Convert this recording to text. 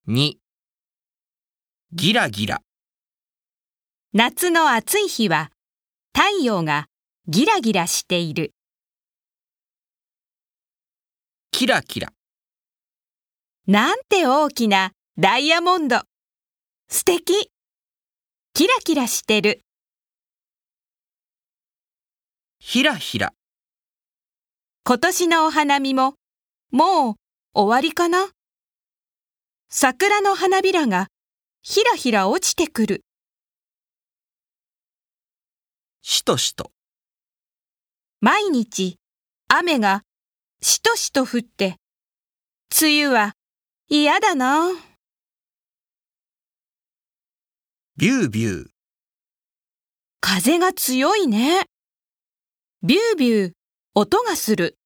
2、ギラギラ。 夏の暑い日は太陽がギラギラしている。 キラキラ。 なんて大きなダイヤモンド。素敵。キラキラしてる。 ひらひら。 今年のお花見ももう終わりかな。桜の花びらがひらひら落ちてくる。 しとしと。 毎日雨がしとしと降って、梅雨は嫌だな。 ビュービュー。 風が強いね。ビュービュー音がする。